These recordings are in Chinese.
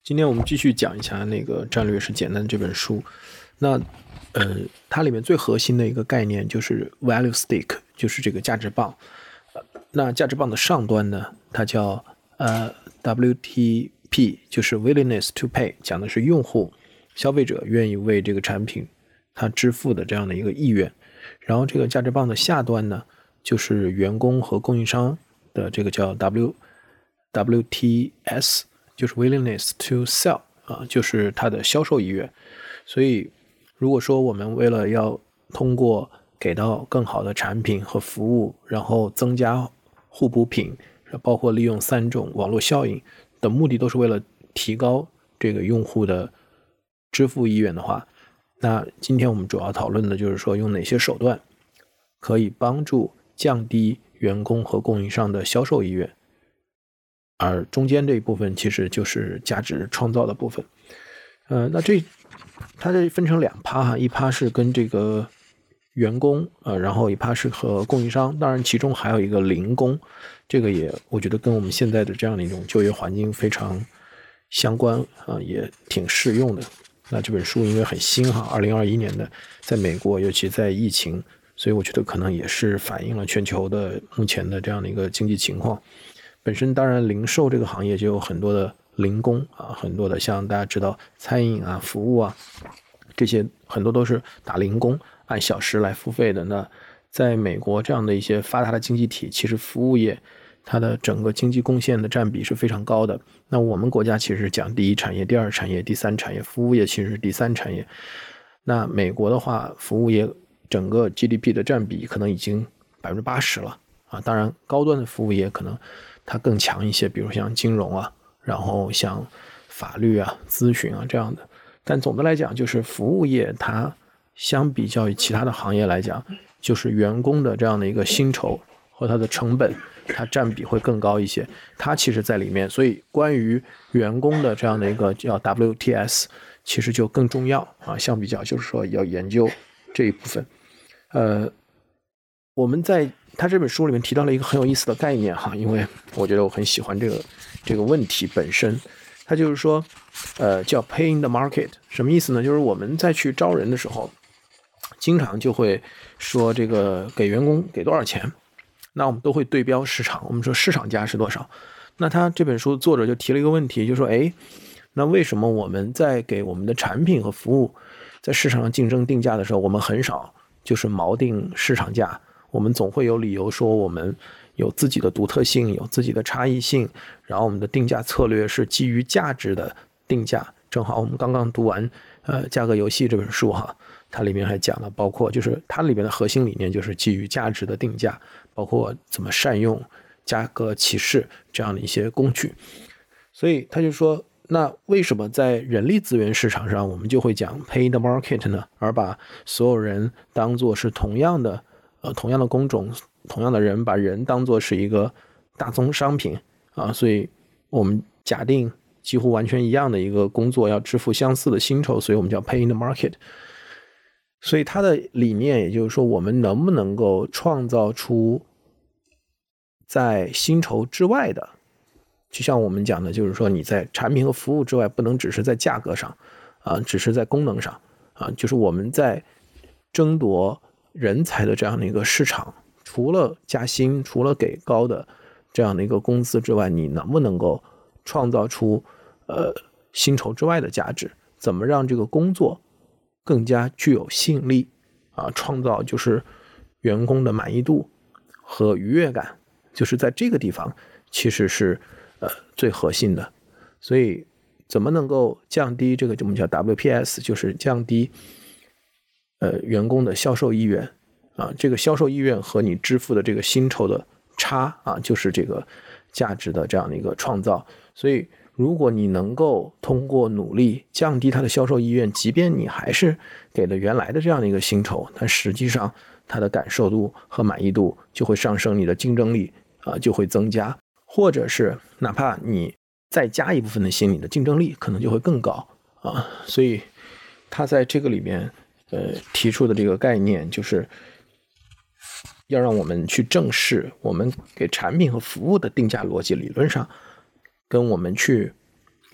今天我们继续讲一下那个战略是简单这本书。那它里面最核心的一个概念就是 value stick， 就是这个价值棒。那价值棒的上端呢，它叫WTP， 就是 willingness to pay， 讲的是用户消费者愿意为这个产品他支付的这样的一个意愿。然后这个价值棒的下端呢，就是员工和供应商的这个叫 WTS， 就是 willingness to sell， 就是它的销售意愿。所以如果说我们为了要通过给到更好的产品和服务，然后增加互补品，包括利用3种网络效应的目的都是为了提高这个用户的支付意愿的话，那今天我们主要讨论的就是说用哪些手段可以帮助降低员工和供应商的销售意愿，而中间这一部分其实就是价值创造的部分。那它这分成2趴，一趴是跟这个员工，然后一趴是和供应商，当然其中还有一个零工，这个也我觉得跟我们现在的这样的一种就业环境非常相关，也挺适用的。那这本书因为很新2021年的，在美国尤其在疫情，所以我觉得可能也是反映了全球的目前的这样的一个经济情况。本身当然零售这个行业就有很多的零工，很多的像大家知道餐饮服务这些很多都是打零工，按小时来付费的。那在美国这样的一些发达的经济体，其实服务业它的整个经济贡献的占比是非常高的。那我们国家其实是讲第一产业、第二产业、第三产业，服务业其实是第三产业。那美国的话，服务业整个 GDP 的占比可能已经 80% 了当然高端的服务业可能它更强一些，比如像金融然后像法律咨询这样的。但总的来讲，就是服务业它相比较于其他的行业来讲，就是员工的这样的一个薪酬和它的成本，它占比会更高一些，它其实在里面。所以关于员工的这样的一个叫 WTS 其实就更重要相比较就是说要研究这一部分。我们在他这本书里面提到了一个很有意思的概念因为我觉得我很喜欢这个问题本身。他就是说叫 pay in the market， 什么意思呢？就是我们在去招人的时候经常就会说这个给员工给多少钱，那我们都会对标市场，我们说市场价是多少。那他这本书的作者就提了一个问题，就说那为什么我们在给我们的产品和服务在市场上竞争定价的时候，我们很少就是锚定市场价，我们总会有理由说我们有自己的独特性，有自己的差异性，然后我们的定价策略是基于价值的定价。正好我们刚刚读完价格游戏这本书它里面还讲了，包括就是它里面的核心理念就是基于价值的定价，包括怎么善用价格歧视这样的一些工具。所以他就说，那为什么在人力资源市场上我们就会讲 pay the market 呢？而把所有人当作是同样的工种，同样的人，把人当作是一个大宗商品所以我们假定几乎完全一样的一个工作要支付相似的薪酬，所以我们叫 pay in the market。 所以它的理念也就是说，我们能不能够创造出在薪酬之外的，就像我们讲的，就是说你在产品和服务之外，不能只是在价格上只是在功能上就是我们在争夺人才的这样的一个市场，除了加薪，除了给高的这样的一个工资之外，你能不能够创造出薪酬之外的价值？怎么让这个工作更加具有吸引力创造就是员工的满意度和愉悦感，就是在这个地方其实是最核心的。所以怎么能够降低这个我们叫 WPS， 就是降低员工的销售意愿这个销售意愿和你支付的这个薪酬的差就是这个价值的这样的一个创造。所以如果你能够通过努力降低他的销售意愿，即便你还是给了原来的这样的一个薪酬，但实际上他的感受度和满意度就会上升，你的竞争力就会增加，或者是哪怕你再加一部分的薪，你的竞争力可能就会更高所以他在这个里面提出的这个概念，就是要让我们去正视我们给产品和服务的定价逻辑，理论上跟我们去给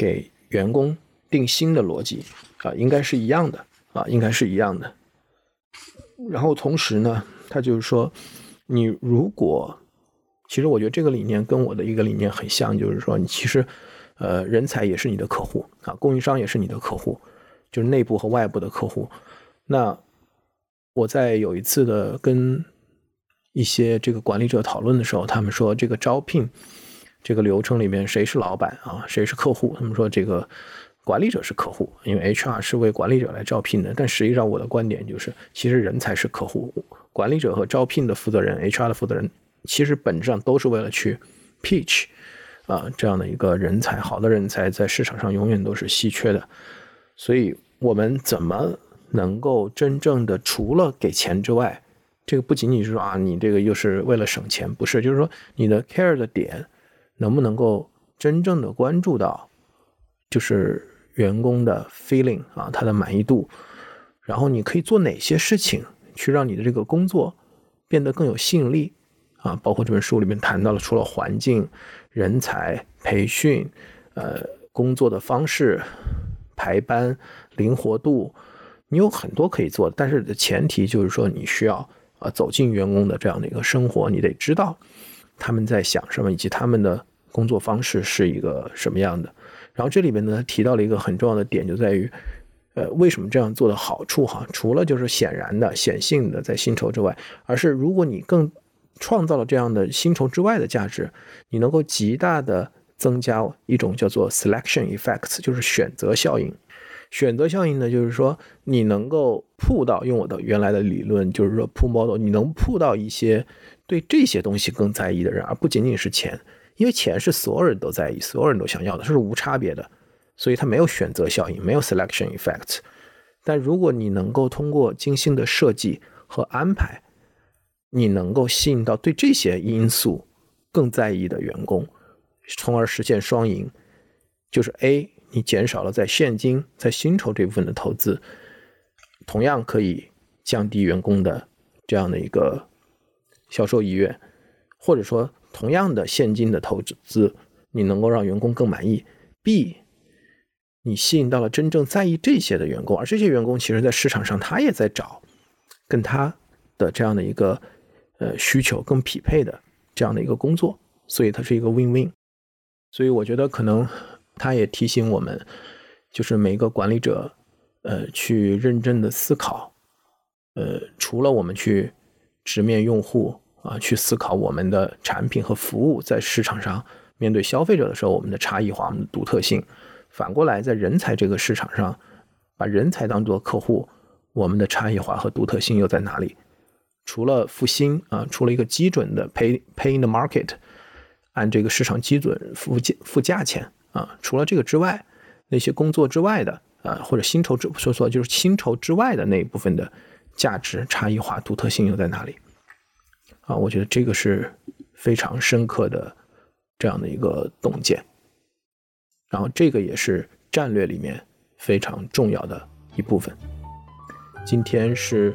员工定薪的逻辑应该是一样的应该是一样的。然后同时呢，他就是说，你如果其实我觉得这个理念跟我的一个理念很像，就是说你其实人才也是你的客户供应商也是你的客户，就是内部和外部的客户。那我在有一次的跟一些这个管理者讨论的时候，他们说这个招聘这个流程里面谁是老板谁是客户，他们说这个管理者是客户，因为 HR 是为管理者来招聘的。但实际上我的观点就是，其实人才是客户，管理者和招聘的负责人 HR 的负责人其实本质上都是为了去 pitch 这样的一个人才。好的人才在市场上永远都是稀缺的，所以我们怎么能够真正的除了给钱之外，这个不仅仅是说你这个又是为了省钱，不是，就是说你的 care 的点能不能够真正的关注到就是员工的 feeling 他的满意度，然后你可以做哪些事情去让你的这个工作变得更有吸引力包括这本书里面谈到了，除了环境、人才、培训工作的方式、排班、灵活度，你有很多可以做的，但是前提就是说你需要走进员工的这样的一个生活，你得知道他们在想什么，以及他们的工作方式是一个什么样的。然后这里面呢提到了一个很重要的点，就在于为什么这样做的好处除了就是显然的显性的在薪酬之外，而是如果你更创造了这样的薪酬之外的价值，你能够极大的增加一种叫做 selection effects， 就是选择效应。选择效应呢，就是说你能够pull到，用我的原来的理论就是说 pull model， 你能pull到一些对这些东西更在意的人，而不仅仅是钱，因为钱是所有人都在意，所有人都想要的，是无差别的，所以它没有选择效应，没有 selection effect。 但如果你能够通过精心的设计和安排，你能够吸引到对这些因素更在意的员工，从而实现双赢，就是 A， 你减少了在现金在薪酬这部分的投资，同样可以降低员工的这样的一个销售意愿，或者说同样的现金的投资你能够让员工更满意。 B， 你吸引到了真正在意这些的员工，而这些员工其实在市场上他也在找跟他的这样的一个需求更匹配的这样的一个工作，所以它是一个 win-win。 所以我觉得可能他也提醒我们，就是每一个管理者去认真的思考除了我们去直面用户去思考我们的产品和服务在市场上面对消费者的时候我们的差异化、我们的独特性，反过来在人才这个市场上把人才当作客户，我们的差异化和独特性又在哪里？除了付薪除了一个基准的 pay in the market， 按这个市场基准付价钱除了这个之外，那些工作之外的或者薪酬就是薪酬之外的那一部分的价值、差异化、独特性又在哪里我觉得这个是非常深刻的这样的一个洞见，然后这个也是战略里面非常重要的一部分。今天是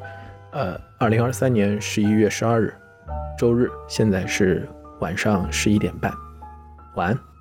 2023年11月12日周日，现在是晚上11点半，晚安。